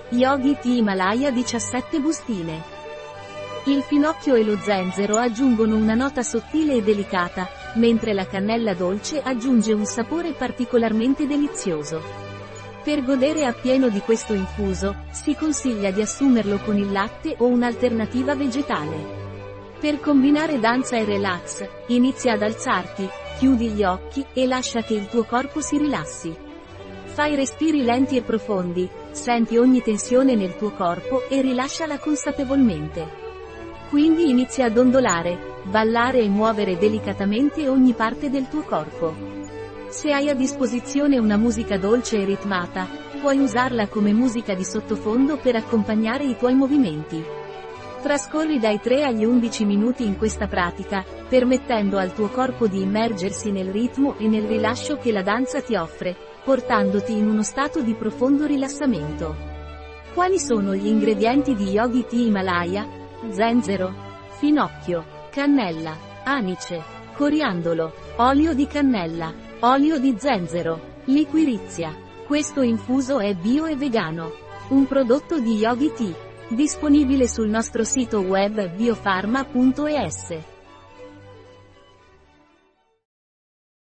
Yogi Tea Himalaya 17 bustine. Il finocchio e lo zenzero aggiungono una nota sottile e delicata, mentre la cannella dolce aggiunge un sapore particolarmente delizioso. Per godere appieno di questo infuso, si consiglia di assumerlo con il latte o un'alternativa vegetale. Per combinare danza e relax, inizia ad alzarti, chiudi gli occhi e lascia che il tuo corpo si rilassi. Fai respiri lenti e profondi, senti ogni tensione nel tuo corpo e rilasciala consapevolmente. Quindi inizia ad ondolare, ballare e muovere delicatamente ogni parte del tuo corpo. Se hai a disposizione una musica dolce e ritmata, puoi usarla come musica di sottofondo per accompagnare i tuoi movimenti. Trascorri dai 3 agli 11 minuti in questa pratica, permettendo al tuo corpo di immergersi nel ritmo e nel rilascio che la danza ti offre, portandoti in uno stato di profondo rilassamento. Quali sono gli ingredienti di Yogi Tea Himalaya? Zenzero, finocchio, cannella, anice, coriandolo, olio di cannella, olio di zenzero, liquirizia. Questo infuso è bio e vegano. Un prodotto di Yogi Tea. Disponibile sul nostro sito web biofarma.es.